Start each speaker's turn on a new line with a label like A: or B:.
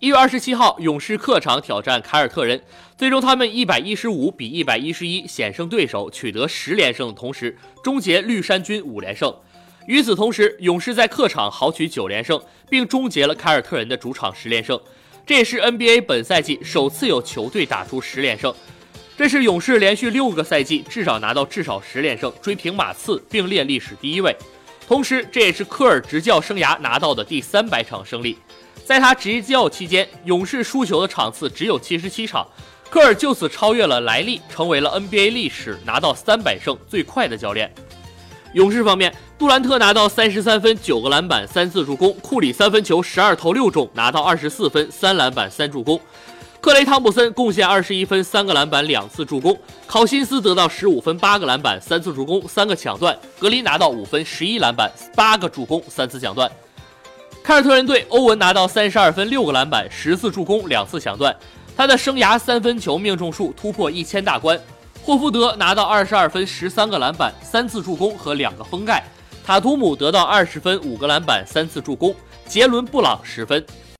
A: 1月27号，勇士客场挑战凯尔特人，最终他们115比111险胜对手，取得10连胜，同时终结绿衫军5连胜。与此同时，勇士在客场豪取9连胜，并终结了凯尔特人的主场10连胜。这也是 NBA 本赛季首次有球队打出10连胜。这是勇士连续6个赛季至少拿到至少10连胜，追平马刺，并列历史第1位。同时，这也是科尔执教生涯拿到的第300场胜利。在他执教期间，勇士输球的场次只有77场，科尔就此超越了莱利，成为了 NBA 历史拿到300胜最快的教练。勇士方面，杜兰特拿到33分、9个篮板、3次助攻，库里3分球12投6中，拿到24分、3篮板、3助攻。克雷·汤普森贡献21分、3个篮板、2次助攻。考辛斯得到15分、8个篮板、3次助攻、3个抢断。格林拿到5分、11篮板、8个助攻、3次抢断。凯尔特人队欧文拿到32分、6个篮板、10次助攻、2次抢断，他的生涯3分球命中数突破1000大关。霍福德拿到22分、13个篮板、3次助攻和2个封盖。塔图姆得到20分、5个篮板、3次助攻。杰伦·布朗10分。